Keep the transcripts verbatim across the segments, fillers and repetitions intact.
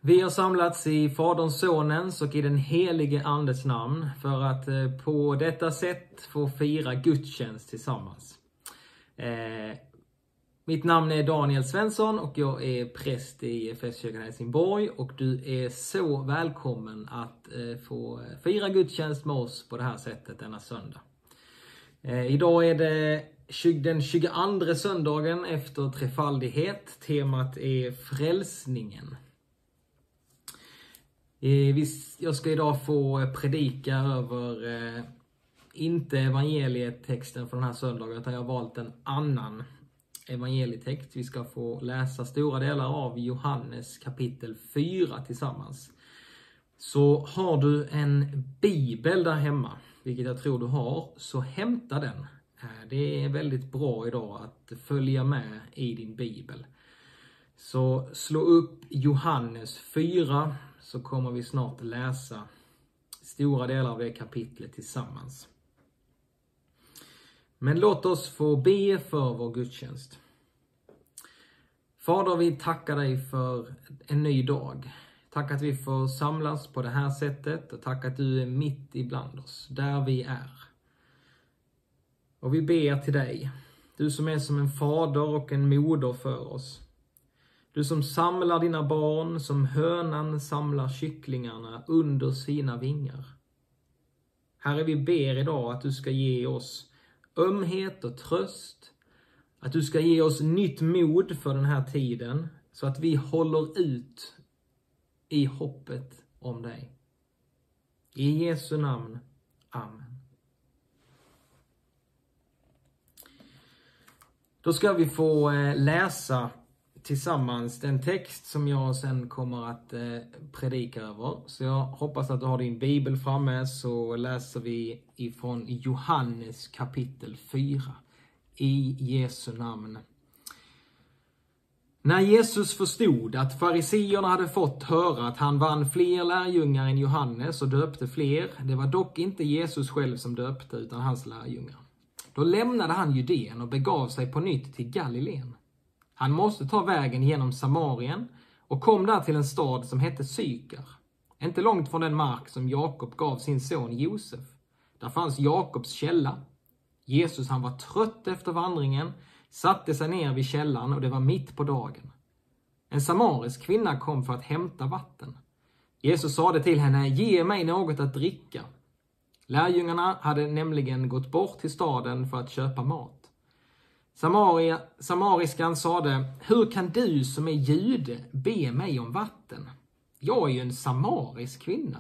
Vi har samlats i Faderns, Sonens och i den helige Andes namn för att på detta sätt få fira gudstjänst tillsammans. Eh, mitt namn är Daniel Svensson och jag är präst i Efeskyrkan Helsingborg, och du är så välkommen att eh, få fira gudstjänst med oss på det här sättet denna söndag. Eh, idag är det den tjugoandra söndagen efter trefaldighet. Temat är frälsningen. Jag ska idag få predika över eh, inte evangelietexten för den här söndagen, utan jag har valt en annan evangelietext. Vi ska få läsa stora delar av Johannes kapitel fyra tillsammans. Så har du en bibel där hemma, vilket jag tror du har, så hämta den. Det är väldigt bra idag att följa med i din bibel. Så slå upp Johannes fyra, så kommer vi snart läsa stora delar av det kapitlet tillsammans. Men låt oss få be för vår gudstjänst. Fader, vi tackar dig för en ny dag. Tack att vi får samlas på det här sättet, och tack att du är mitt ibland oss, där vi är. Och vi ber till dig, du som är som en fader och en moder för oss. Du som samlar dina barn som hönan samlar kycklingarna under sina vingar. Herre, vi ber idag att du ska ge oss ömhet och tröst. Att du ska ge oss nytt mod för den här tiden, så att vi håller ut i hoppet om dig. I Jesu namn. Amen. Då ska vi få läsa tillsammans den text som jag sen kommer att eh, predika över. Så jag hoppas att du har din bibel framme, så läser vi ifrån Johannes kapitel fyra. I Jesu namn. När Jesus förstod att fariseerna hade fått höra att han vann fler lärjungar än Johannes och döpte fler, det var dock inte Jesus själv som döpte utan hans lärjungar. Då lämnade han Judeen och begav sig på nytt till Galileen. Han måste ta vägen genom Samarien och kom där till en stad som hette Sykar. Inte långt från den mark som Jakob gav sin son Josef. Där fanns Jakobs källa. Jesus, han var trött efter vandringen, satte sig ner vid källan, och det var mitt på dagen. En samarisk kvinna kom för att hämta vatten. Jesus sade till henne, ge mig något att dricka. Lärjungarna hade nämligen gått bort till staden för att köpa mat. Samaria, samariskan sade, hur kan du som är jude be mig om vatten? Jag är ju en samarisk kvinna.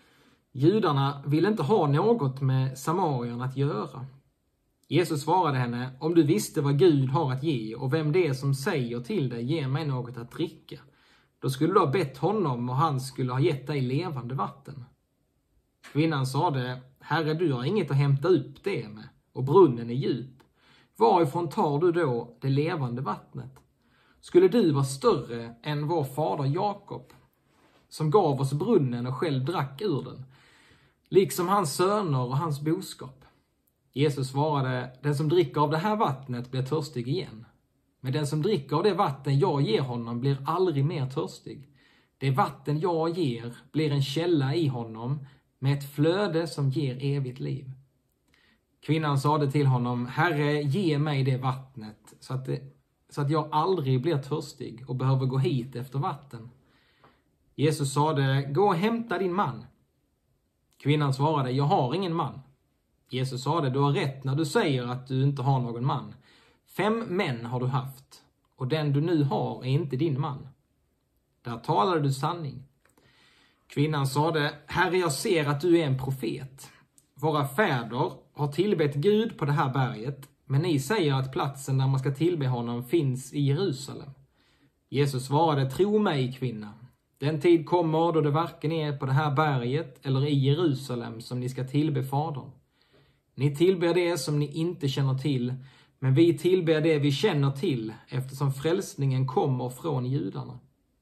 Judarna vill inte ha något med samarierna att göra. Jesus svarade henne, om du visste vad Gud har att ge och vem det är som säger till dig, ge mig något att dricka, då skulle du ha bett honom och han skulle ha gett dig levande vatten. Kvinnan sade, Herre, du har inget att hämta upp det med, och brunnen är djup. Varifrån tar du då det levande vattnet? Skulle du vara större än vår fader Jakob, som gav oss brunnen och själv drack ur den, liksom hans söner och hans boskap? Jesus svarade, den som dricker av det här vattnet blir törstig igen. Men den som dricker av det vatten jag ger honom blir aldrig mer törstig. Det vatten jag ger blir en källa i honom med ett flöde som ger evigt liv. Kvinnan sade till honom, Herre, ge mig det vattnet så att, det, så att jag aldrig blir törstig och behöver gå hit efter vatten. Jesus sade, gå och hämta din man. Kvinnan svarade, jag har ingen man. Jesus sade, du har rätt när du säger att du inte har någon man. Fem män har du haft, och den du nu har är inte din man. Där talade du sanning. Kvinnan sade, Herre, jag ser att du är en profet. Våra fäder har tillbett Gud på det här berget, men ni säger att platsen där man ska tillbe honom finns i Jerusalem. Jesus svarade, tro mig kvinna. Den tid kommer då det varken är på det här berget eller i Jerusalem som ni ska tillbe fadern. Ni tillber det som ni inte känner till, men vi tillber det vi känner till, eftersom frälsningen kommer från judarna.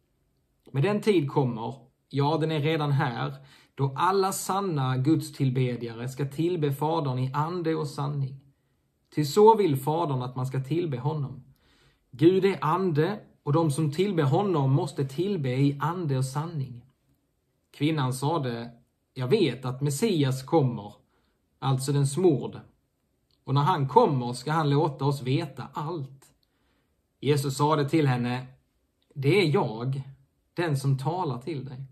Men den tid kommer, ja den är redan här, då alla sanna gudstillbedjare ska tillbe fadern i ande och sanning. Till så vill fadern att man ska tillbe honom. Gud är ande, och de som tillber honom måste tillbe i ande och sanning. Kvinnan sade, jag vet att Messias kommer, alltså den smorde. Och när han kommer ska han låta oss veta allt. Jesus sade till henne, det är jag, den som talar till dig.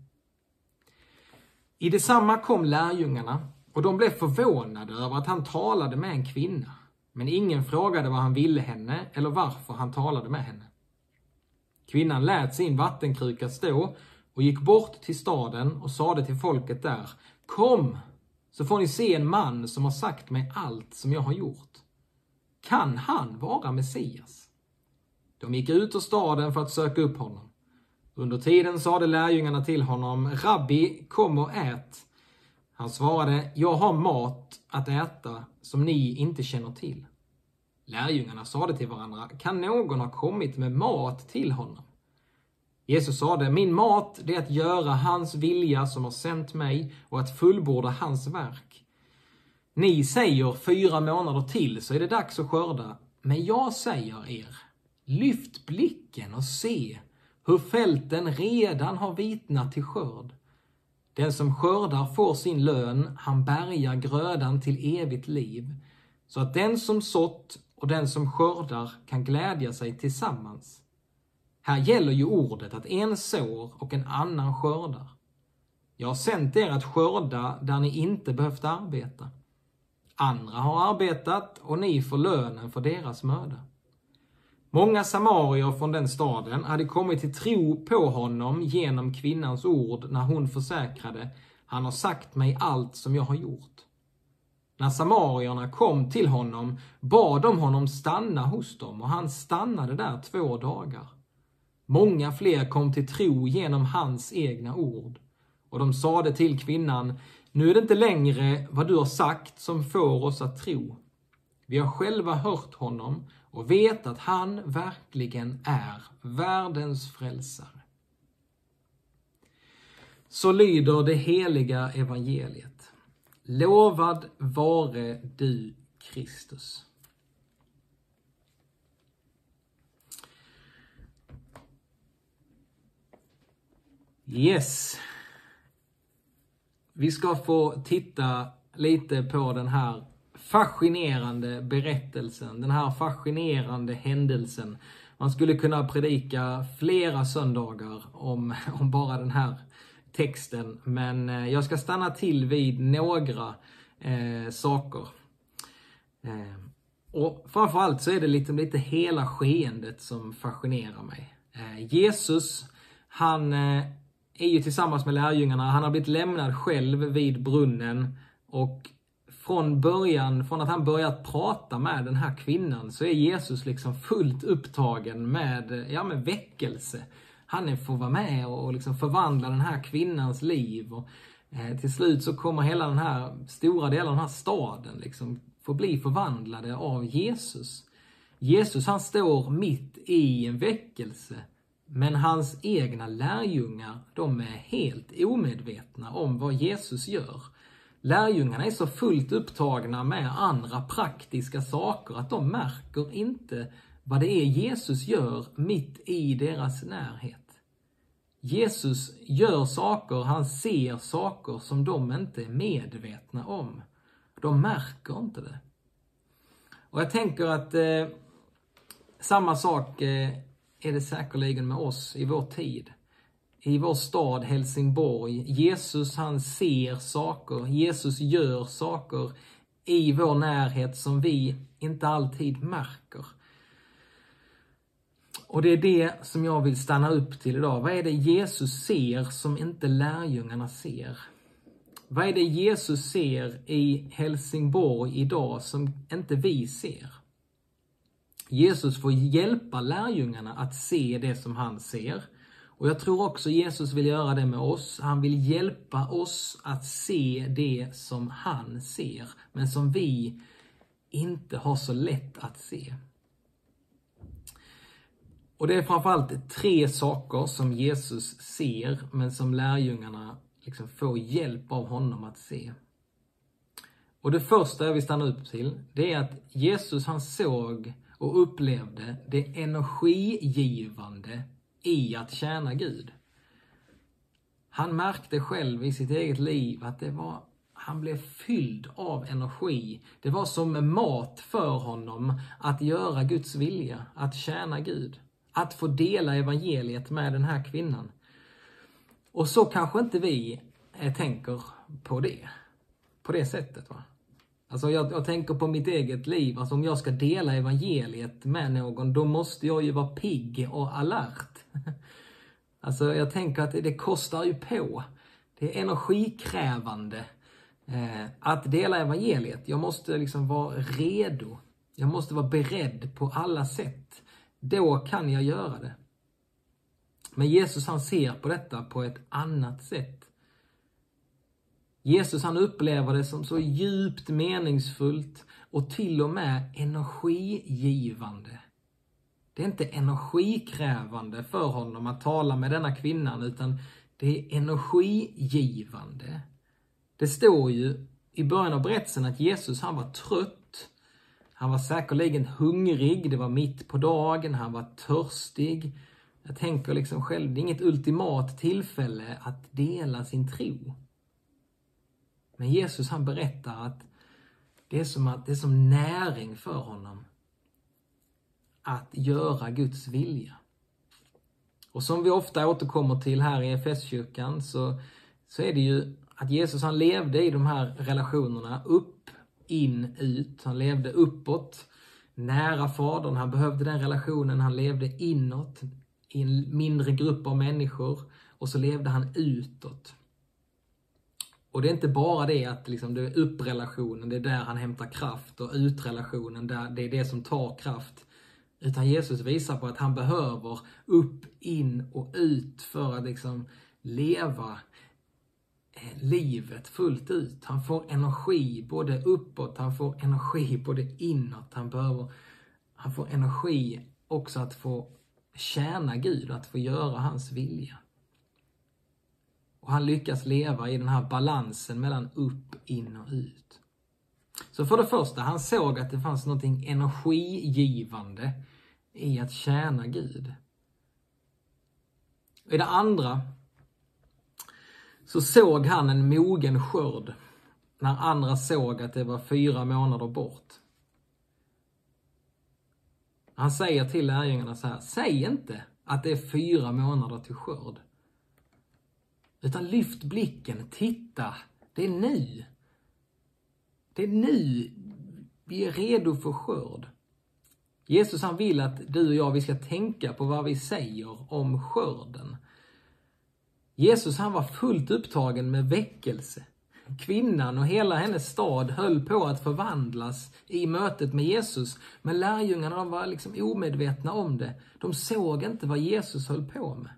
I detsamma kom lärjungarna och de blev förvånade över att han talade med en kvinna. Men ingen frågade vad han ville henne eller varför han talade med henne. Kvinnan lät sin vattenkruka stå och gick bort till staden och sade till folket där, kom, så får ni se en man som har sagt mig allt som jag har gjort. Kan han vara Messias? De gick ut ur staden för att söka upp honom. Under tiden sade lärjungarna till honom, Rabbi, kom och ät. Han svarade, jag har mat att äta som ni inte känner till. Lärjungarna sade till varandra, kan någon ha kommit med mat till honom? Jesus sade, min mat det är att göra hans vilja som har sänt mig och att fullborda hans verk. Ni säger fyra månader till så är det dags att skörda. Men jag säger er, lyft blicken och se hur fälten redan har vitnat till skörd. Den som skördar får sin lön, han bärgar grödan till evigt liv. Så att den som sått och den som skördar kan glädja sig tillsammans. Här gäller ju ordet att en sår och en annan skördar. Jag har sänt er att skörda där ni inte behövt arbeta. Andra har arbetat och ni får lönen för deras möda. Många samarier från den staden hade kommit till tro på honom genom kvinnans ord när hon försäkrade, han har sagt mig allt som jag har gjort. När samarierna kom till honom bad de honom stanna hos dem och han stannade där två dagar. Många fler kom till tro genom hans egna ord. Och de sade till kvinnan, nu är det inte längre vad du har sagt som får oss att tro. Vi har själva hört honom och vet att han verkligen är världens frälsare. Så lyder det heliga evangeliet. Lovad vare du, Kristus. Yes. Vi ska få titta lite på den här fascinerande berättelsen, den här fascinerande händelsen. Man skulle kunna predika flera söndagar om, om bara den här texten, men jag ska stanna till vid några eh, saker. Eh, och framförallt så är det lite, lite hela skeendet som fascinerar mig. Eh, Jesus, han eh, är ju tillsammans med lärjungarna, han har blivit lämnad själv vid brunnen och från början, från att han börjat prata med den här kvinnan så är Jesus liksom fullt upptagen med, ja, med väckelse. Han får vara med och liksom förvandla den här kvinnans liv och eh, till slut så kommer hela den här stora delen av den här staden liksom få bli förvandlade av Jesus. Jesus, han står mitt i en väckelse, men hans egna lärjungar, de är helt omedvetna om vad Jesus gör. Lärjungarna är så fullt upptagna med andra praktiska saker att de märker inte vad det är Jesus gör mitt i deras närhet. Jesus gör saker, han ser saker som de inte är medvetna om. De märker inte det. Och jag tänker att eh, samma sak eh, är det säkerligen med oss i vår tid. I vår stad Helsingborg. Jesus, han ser saker. Jesus gör saker i vår närhet som vi inte alltid märker. Och det är det som jag vill stanna upp till idag. Vad är det Jesus ser som inte lärjungarna ser? Vad är det Jesus ser i Helsingborg idag som inte vi ser? Jesus får hjälpa lärjungarna att se det som han ser. Och jag tror också Jesus vill göra det med oss. Han vill hjälpa oss att se det som han ser, men som vi inte har så lätt att se. Och det är framförallt tre saker som Jesus ser, men som lärjungarna liksom får hjälp av honom att se. Och det första jag vill stanna upp till, det är att Jesus, han såg och upplevde det energigivande i att tjäna Gud. Han märkte själv i sitt eget liv att det var, han blev fylld av energi. Det var som mat för honom att göra Guds vilja, att tjäna Gud. Att få dela evangeliet med den här kvinnan. Och så kanske inte vi eh, tänker på det. På det sättet, va? Alltså jag, jag tänker på mitt eget liv. Alltså om jag ska dela evangeliet med någon, då måste jag ju vara pigg och alert. Alltså jag tänker att det, det kostar ju på. Det är energikrävande eh, att dela evangeliet. Jag måste liksom vara redo. Jag måste vara beredd på alla sätt. Då kan jag göra det. Men Jesus, han ser på detta på ett annat sätt. Jesus, han upplever det som så djupt meningsfullt och till och med energigivande. Det är inte energikrävande för honom att tala med denna kvinnan, utan det är energigivande. Det står ju i början av berättelsen att Jesus, han var trött. Han var säkerligen hungrig, det var mitt på dagen, han var törstig. Jag tänker liksom själv, det är inget ultimat tillfälle att dela sin tro. Men Jesus, han berättar att det är som, att, det är som näring för honom att göra Guds vilja. Och som vi ofta återkommer till här i Efeskyrkan så, så är det ju att Jesus, han levde i de här relationerna upp, in, ut. Han levde uppåt, nära Fadern. Han behövde den relationen. Han levde inåt i en mindre grupp av människor. Och så levde han utåt. Och det är inte bara det att liksom det är upprelationen, det är där han hämtar kraft, och utrelationen, där det är det som tar kraft. Utan Jesus visar på att han behöver upp, in och ut för att liksom leva livet fullt ut. Han får energi både uppåt, han får energi både inåt. Han behöver, han får energi också att få tjäna Gud, att få göra hans vilja. Och han lyckas leva i den här balansen mellan upp, in och ut. Så för det första, han såg att det fanns något energigivande i att tjäna Gud. Och i det andra så såg han en mogen skörd när andra såg att det var fyra månader bort. Han säger till lärjungarna så här: säg inte att det är fyra månader till skörd. Utan lyft blicken, titta, det är nu. Det är nu vi är redo för skörd. Jesus, han vill att du och jag, vi ska tänka på vad vi säger om skörden. Jesus, han var fullt upptagen med väckelse. Kvinnan och hela hennes stad höll på att förvandlas i mötet med Jesus. Men lärjungarna, de var liksom omedvetna om det. De såg inte vad Jesus höll på med.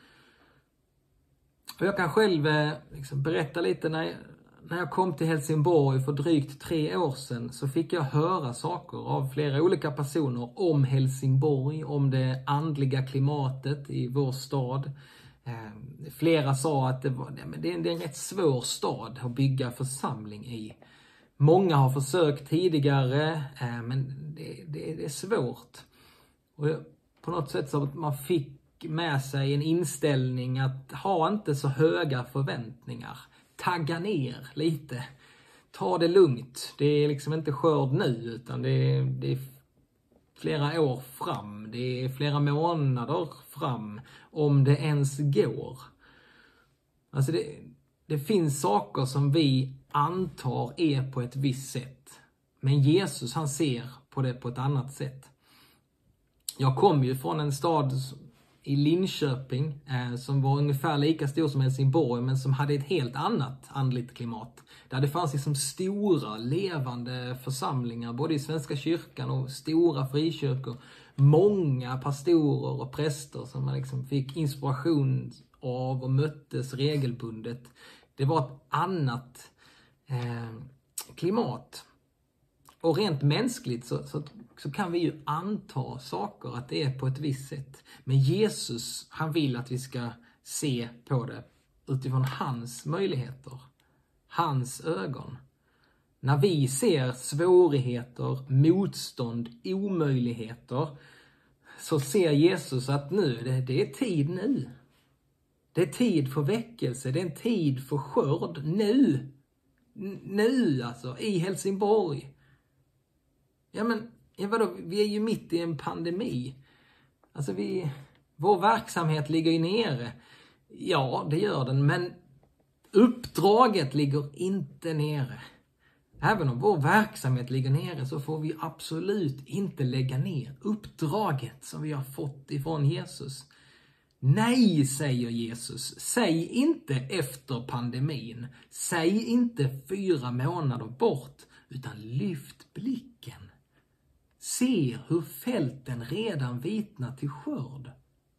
Och jag kan själv liksom berätta lite, när jag, när jag kom till Helsingborg för drygt tre år sedan, så fick jag höra saker av flera olika personer om Helsingborg, om det andliga klimatet i vår stad. Eh, flera sa att det, var, det är en rätt svår stad att bygga församling i. Många har försökt tidigare, eh, men det, det, det är svårt. Och på något sätt så att man fick med sig en inställning att ha inte så höga förväntningar. Tagga ner lite. Ta det lugnt. Det är liksom inte skörd nu, utan det är, det är flera år fram. Det är flera månader fram, om det ens går. Alltså det, det finns saker som vi antar är på ett visst sätt. Men Jesus, han ser på det på ett annat sätt. Jag kom ju från en stad i Linköping eh, som var ungefär lika stor som Helsingborg, men som hade ett helt annat andligt klimat. Där det fanns liksom stora levande församlingar både i Svenska kyrkan och stora frikyrkor. Många pastorer och präster som man liksom fick inspiration av och möttes regelbundet. Det var ett annat eh, klimat. Och rent mänskligt så, så, så kan vi ju anta saker att det är på ett visst sätt. Men Jesus, han vill att vi ska se på det utifrån hans möjligheter. Hans ögon. När vi ser svårigheter, motstånd, omöjligheter, så ser Jesus att nu, det, det är tid nu. Det är tid för väckelse, det är en tid för skörd nu. N- nu alltså, i Helsingborg. Ja men, ja, vadå, vi är ju mitt i en pandemi. Alltså vi, vår verksamhet ligger ju nere. Ja, det gör den, men uppdraget ligger inte nere. Även om vår verksamhet ligger nere så får vi absolut inte lägga ner uppdraget som vi har fått ifrån Jesus. Nej, säger Jesus. Säg inte efter pandemin. Säg inte fyra månader bort, utan lyft blicken. Se hur fälten redan vitnar till skörd.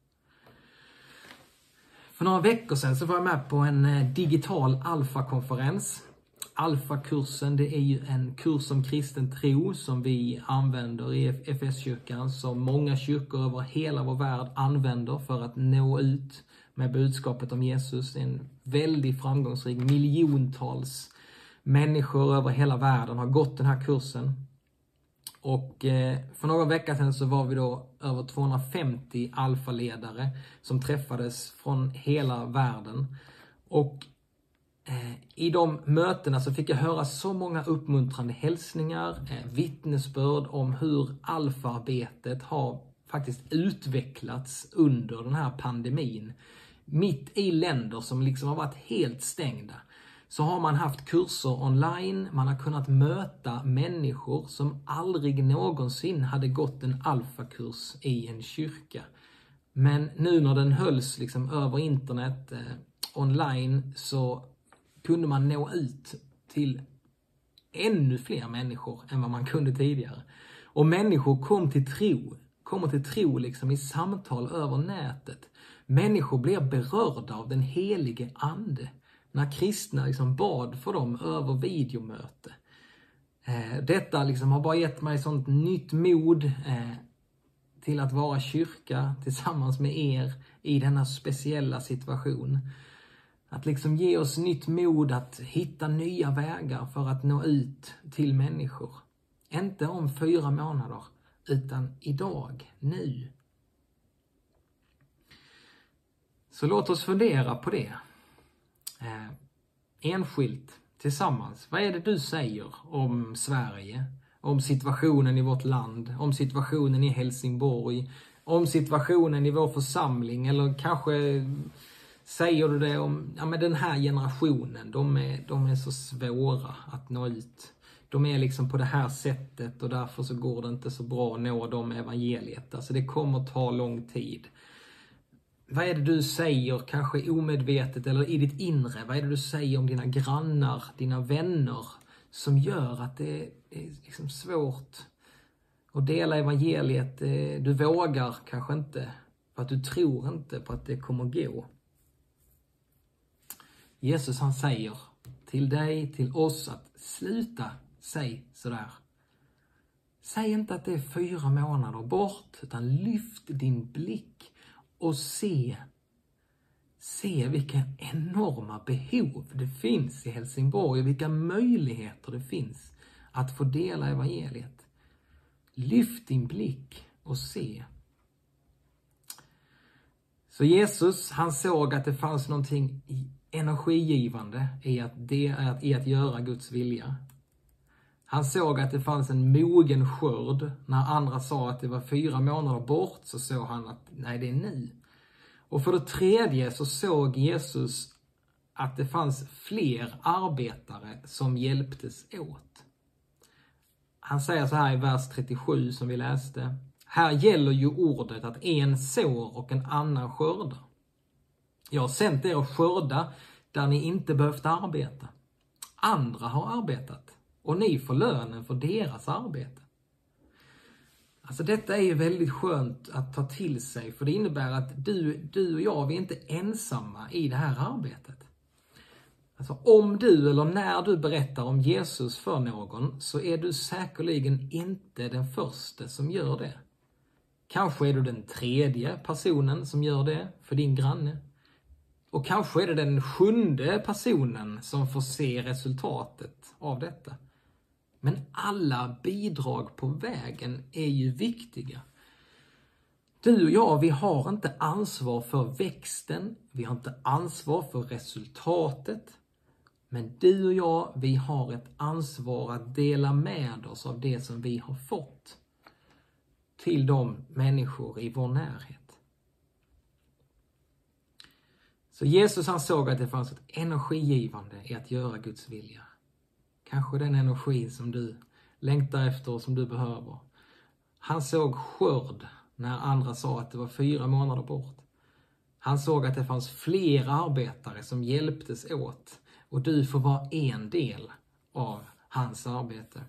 För några veckor sedan så var jag med på en digital alfakonferens. Alfakursen, det är ju en kurs om kristen tro som vi använder i F S-kyrkan, som många kyrkor över hela vår värld använder för att nå ut med budskapet om Jesus. Det är en väldigt framgångsrik, miljontals människor över hela världen har gått den här kursen. Och eh, för några veckor sedan så var vi då över tvåhundrafemtio alfaledare som träffades från hela världen. Och eh, i de mötena så fick jag höra så många uppmuntrande hälsningar, eh, vittnesbörd om hur alfaarbetet har faktiskt utvecklats under den här pandemin. Mitt i länder som liksom har varit helt stängda, så har man haft kurser online, man har kunnat möta människor som aldrig någonsin hade gått en alfakurs i en kyrka. Men nu när den hölls liksom över internet, eh, online, så kunde man nå ut till ännu fler människor än vad man kunde tidigare. Och människor kom till tro, kommer till tro liksom i samtal över nätet. Människor blir berörda av den helige ande när kristna liksom bad för dem över videomöte. Eh, detta liksom har bara gett mig sånt nytt mod eh, till att vara kyrka tillsammans med er i denna speciella situation. Att liksom ge oss nytt mod att hitta nya vägar för att nå ut till människor. Inte om fyra månader, utan idag, nu. Så låt oss fundera på det. Eh, enskilt, tillsammans. Vad är det du säger om Sverige? Om situationen i vårt land? Om situationen i Helsingborg? Om situationen i vår församling? Eller kanske säger du det om ja, men den här generationen? De är, de är så svåra att nå ut. De är liksom på det här sättet och därför så går det inte så bra att nå dem evangeliet. Alltså det kommer ta lång tid. Vad är det du säger, kanske omedvetet eller i ditt inre? Vad är det du säger om dina grannar, dina vänner, som gör att det är liksom svårt att dela evangeliet? Du vågar kanske inte, för att du tror inte på att det kommer gå. Jesus, han säger till dig, till oss, att sluta säg sådär. Säg inte att det är fyra månader bort, utan lyft din blick och se, se vilka enorma behov det finns i Helsingborg och vilka möjligheter det finns att få dela evangeliet. Lyft din blick och se. Så Jesus, han såg att det fanns någonting energigivande i att, det, i att göra Guds vilja. Han såg att det fanns en mogen skörd. När andra sa att det var fyra månader bort, så såg han att nej, det är nu. Och för det tredje så såg Jesus att det fanns fler arbetare som hjälptes åt. Han säger så här i vers trettiosju som vi läste. Här gäller ju ordet att en sår och en annan skördar. Jag har sänt er att skörda där ni inte behövt arbeta. Andra har arbetat. Och ni får lönen för deras arbete. Alltså detta är ju väldigt skönt att ta till sig. För det innebär att du, du och jag, vi är inte ensamma i det här arbetet. Alltså om du eller när du berättar om Jesus för någon, så är du säkerligen inte den första som gör det. Kanske är du den tredje personen som gör det för din granne. Och kanske är det den sjunde personen som får se resultatet av detta. Men alla bidrag på vägen är ju viktiga. Du och jag, vi har inte ansvar för växten. Vi har inte ansvar för resultatet. Men du och jag, vi har ett ansvar att dela med oss av det som vi har fått till de människor i vår närhet. Så Jesus, han såg att det fanns ett energigivande i att göra Guds vilja. Kanske den energi som du längtar efter och som du behöver. Han såg skörd när andra sa att det var fyra månader bort. Han såg att det fanns fler arbetare som hjälptes åt. Och du får vara en del av hans arbete.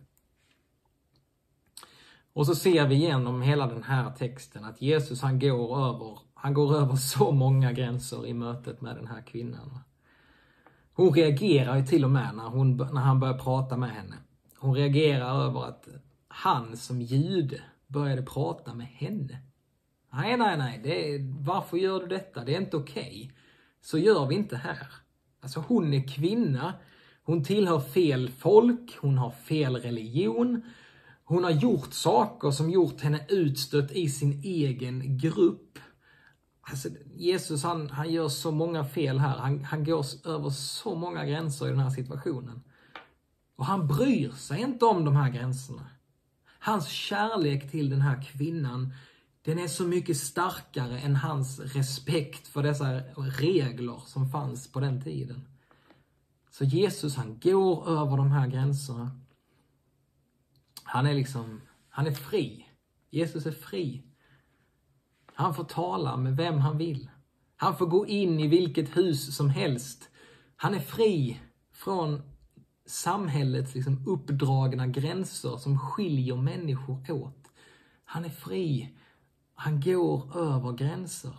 Och så ser vi igenom hela den här texten att Jesus, han går över, han går över så många gränser i mötet med den här kvinnan. Hon reagerar ju till och med när, hon, när han börjar prata med henne. Hon reagerar över att han som jude började prata med henne. Nej, nej, nej. Det är, varför gör du detta? Det är inte okej. Så gör vi inte här. Alltså hon är kvinna. Hon tillhör fel folk. Hon har fel religion. Hon har gjort saker som gjort henne utstött i sin egen grupp. Alltså Jesus, han, han gör så många fel här. Han, han går över så många gränser i den här situationen. Och han bryr sig inte om de här gränserna. Hans kärlek till den här kvinnan, den är så mycket starkare än hans respekt för dessa regler som fanns på den tiden. Så Jesus, han går över de här gränserna. Han är liksom, han är fri. Jesus är fri. Han får tala med vem han vill. Han får gå in i vilket hus som helst. Han är fri från samhällets liksom uppdragna gränser som skiljer människor åt. Han är fri. Han går över gränser.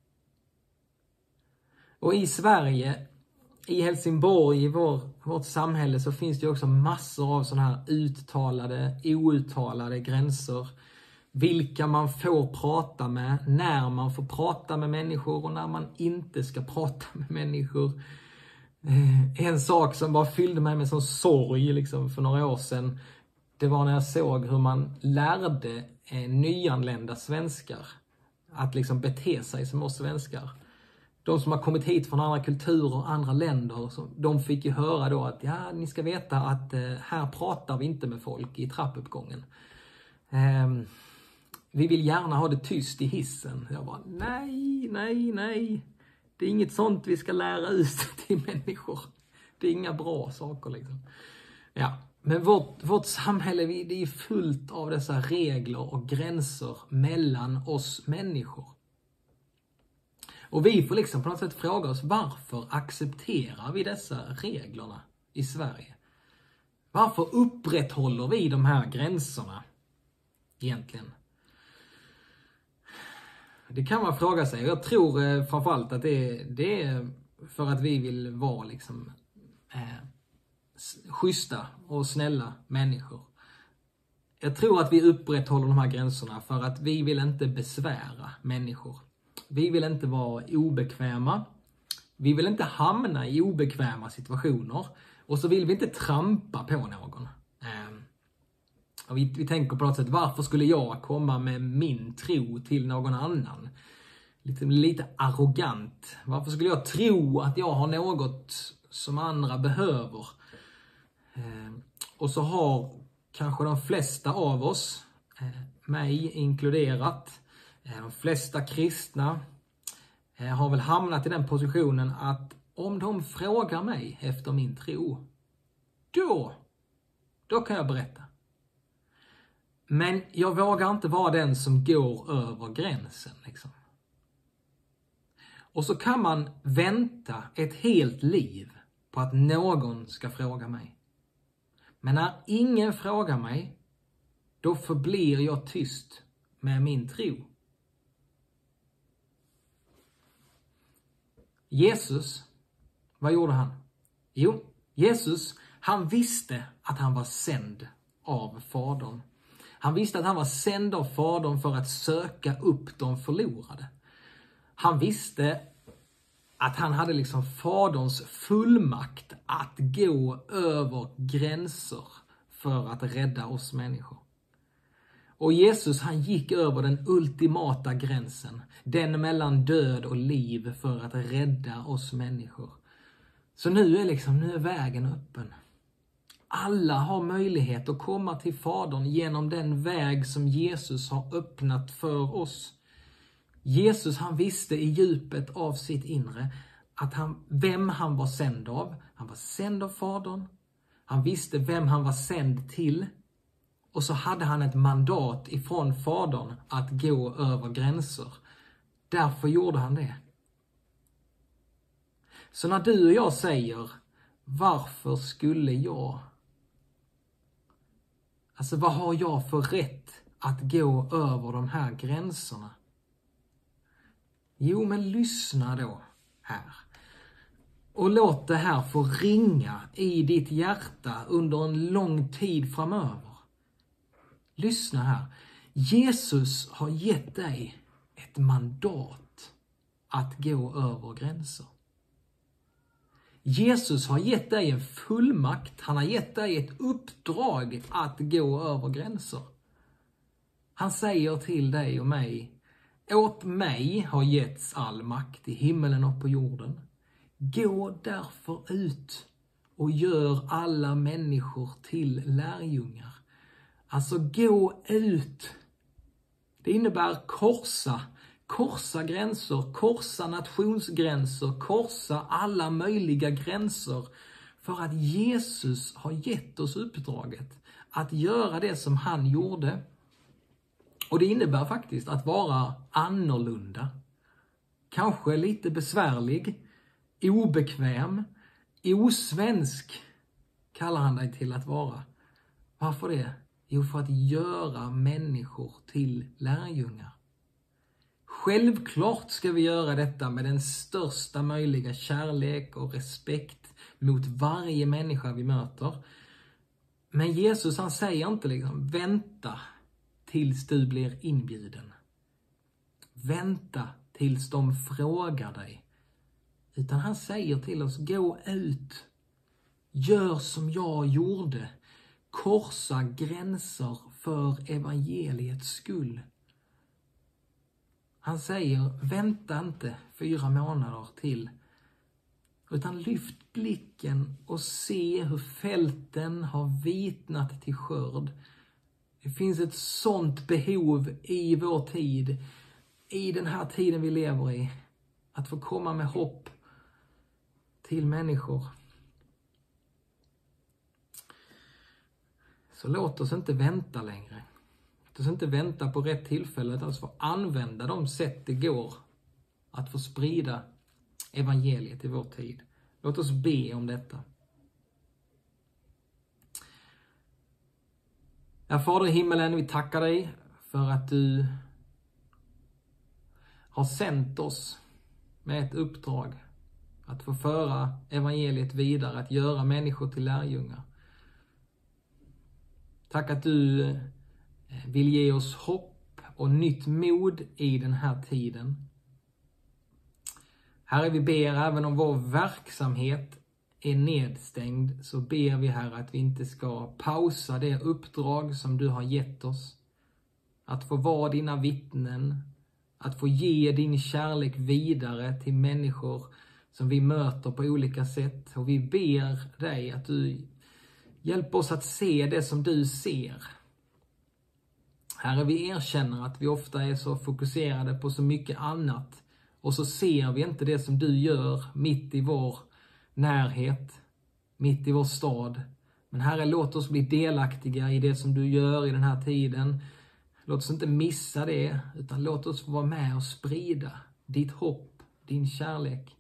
Och i Sverige, i Helsingborg, i vår, vårt samhälle, så finns det också massor av sådana här uttalade, outtalade gränser. Vilka man får prata med, när man får prata med människor och när man inte ska prata med människor. En sak som bara fyllde mig med sån sorg liksom för några år sedan, det var när jag såg hur man lärde eh, nyanlända svenskar att liksom bete sig som oss svenskar. De som har kommit hit från andra kulturer och andra länder, så de fick ju höra då att ja, ni ska veta att eh, här pratar vi inte med folk i trappuppgången. Eh, vi vill gärna ha det tyst i hissen. Jag bara, nej, nej, nej. Det är inget sånt vi ska lära ut till människor. Det är inga bra saker liksom. Ja, men vårt, vårt samhälle, det är fullt av dessa regler och gränser mellan oss människor. Och vi får liksom på något sätt fråga oss, varför accepterar vi dessa reglerna i Sverige? Varför upprätthåller vi de här gränserna egentligen? Det kan man fråga sig. Jag tror eh, framförallt att det, det är för att vi vill vara liksom eh, schyssta och snälla människor. Jag tror att vi upprätthåller de här gränserna för att vi vill inte besvära människor. Vi vill inte vara obekväma. Vi vill inte hamna i obekväma situationer. Och så vill vi inte trampa på någon. Eh, och vi, vi tänker på något sätt, varför skulle jag komma med min tro till någon annan? Lite, lite arrogant. Varför skulle jag tro att jag har något som andra behöver? Eh, och så har kanske de flesta av oss, eh, mig inkluderat, eh, de flesta kristna, eh, har väl hamnat i den positionen att om de frågar mig efter min tro, då, då kan jag berätta. Men jag vågar inte vara den som går över gränsen liksom. Och så kan man vänta ett helt liv på att någon ska fråga mig. Men när ingen frågar mig, då förblir jag tyst med min tro. Jesus, vad gjorde han? Jo, Jesus, han visste att han var sänd av Fadern. Han visste att han var sänd av Fadern för att söka upp de förlorade. Han visste att han hade liksom Faderns fullmakt att gå över gränser för att rädda oss människor. Och Jesus, han gick över den ultimata gränsen, den mellan död och liv, för att rädda oss människor. Så nu är liksom, nu är vägen öppen. Alla har möjlighet att komma till Fadern genom den väg som Jesus har öppnat för oss. Jesus, han visste i djupet av sitt inre att han, vem han var sänd av. Han var sänd av Fadern. Han visste vem han var sänd till. Och så hade han ett mandat ifrån Fadern att gå över gränser. Därför gjorde han det. Så när du och jag säger, varför skulle jag? Alltså, vad har jag för rätt att gå över de här gränserna? Jo, men lyssna då här. Och låt det här få ringa i ditt hjärta under en lång tid framöver. Lyssna här. Jesus har gett dig ett mandat att gå över gränser. Jesus har gett dig en fullmakt. Han har gett dig ett uppdrag att gå över gränser. Han säger till dig och mig, åt mig har getts all makt i himmelen och på jorden. Gå därför ut och gör alla människor till lärjungar. Alltså, gå ut. Det innebär korsa. Korsa gränser, korsa nationsgränser, korsa alla möjliga gränser. För att Jesus har gett oss uppdraget att göra det som han gjorde. Och det innebär faktiskt att vara annorlunda. Kanske lite besvärlig, obekväm, osvensk kallar han dig till att vara. Varför det? Jo, för att göra människor till lärjungar. Självklart ska vi göra detta med den största möjliga kärlek och respekt mot varje människa vi möter. Men Jesus, han säger inte liksom, vänta tills du blir inbjuden. Vänta tills de frågar dig. Utan han säger till oss, gå ut. Gör som jag gjorde. Korsa gränser för evangeliets skull. Han säger, vänta inte fyra månader till. Utan lyft blicken och se hur fälten har vitnat till skörd. Det finns ett sånt behov i vår tid, i den här tiden vi lever i. Att få komma med hopp till människor. Så låt oss inte vänta längre. Låt oss inte vänta på rätt tillfälle att alltså få använda de sätt det går att få sprida evangeliet i vår tid. Låt oss be om detta. Ja, Fader i himmelen, vi tackar dig för att du har sänt oss med ett uppdrag att få föra evangeliet vidare, att göra människor till lärjungar. Tack att du vill ge oss hopp och nytt mod i den här tiden. Herre, vi ber även om vår verksamhet är nedstängd, så ber vi här att vi inte ska pausa det uppdrag som du har gett oss. Att få vara dina vittnen, att få ge din kärlek vidare till människor som vi möter på olika sätt. Och vi ber dig att du hjälper oss att se det som du ser. Herre, vi erkänner att vi ofta är så fokuserade på så mycket annat. Och så ser vi inte det som du gör mitt i vår närhet, mitt i vår stad. Men Herre, låt oss bli delaktiga i det som du gör i den här tiden. Låt oss inte missa det, utan låt oss få vara med och sprida ditt hopp, din kärlek.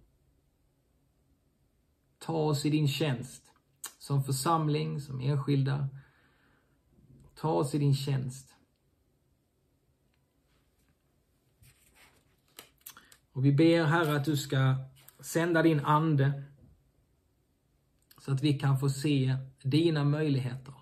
Ta oss i din tjänst, som församling, som enskilda. Ta oss i din tjänst. Och vi ber, Herre, att du ska sända din ande så att vi kan få se dina möjligheter.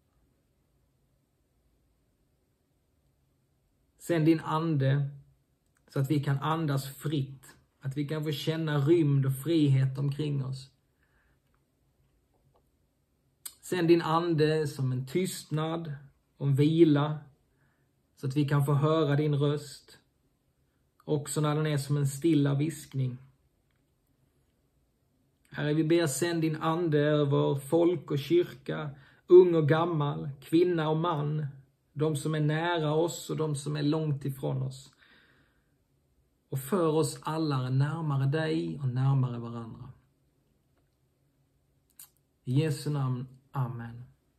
Sänd din ande så att vi kan andas fritt. Att vi kan få känna rymd och frihet omkring oss. Sänd din ande som en tystnad och en vila, så att vi kan få höra din röst, också när den är som en stilla viskning. Herre, vi ber, sänd din ande över folk och kyrka, ung och gammal, kvinna och man, de som är nära oss och de som är långt ifrån oss. Och för oss alla närmare dig och närmare varandra. I Jesu namn, amen.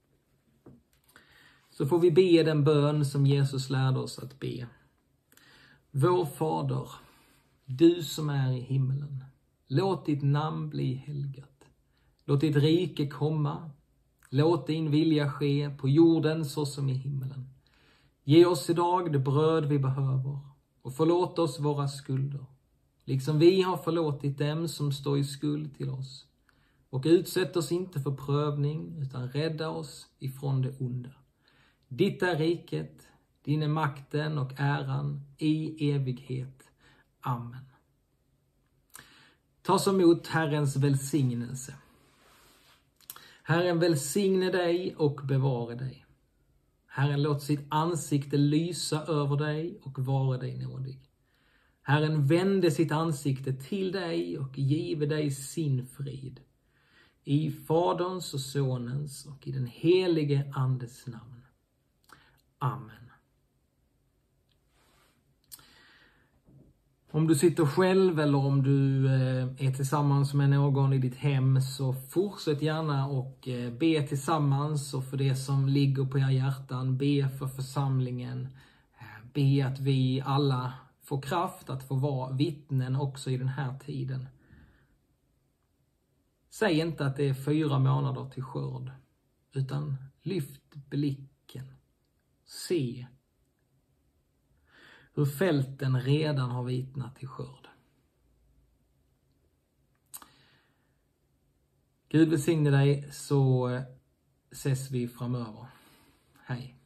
Så får vi be den bön som Jesus lärde oss att be. Vår Fader, du som är i himmelen, låt ditt namn bli helgat. Låt ditt rike komma. Låt din vilja ske på jorden så som i himmelen. Ge oss idag det bröd vi behöver och förlåt oss våra skulder, liksom vi har förlåtit dem som står i skuld till oss. Och utsätt oss inte för prövning, utan rädda oss ifrån det onda. Ditt är riket, din är makten och äran i evighet. Amen. Ta så emot Herrens välsignelse. Herren välsigne dig och bevare dig. Herren låt sitt ansikte lysa över dig och vara dig nådig. Herren vände sitt ansikte till dig och give dig sin frid. I Faderns och Sonens och i den helige Andes namn. Amen. Om du sitter själv eller om du är tillsammans med någon i ditt hem, så fortsätt gärna och be tillsammans, och för det som ligger på er hjärtan, be för församlingen. Be att vi alla får kraft att få vara vittnen också i den här tiden. Säg inte att det är fyra månader till skörd, utan lyft blicken. Se hur fälten redan har vitnat till skörd. Gud välsigne dig, så ses vi framöver. Hej.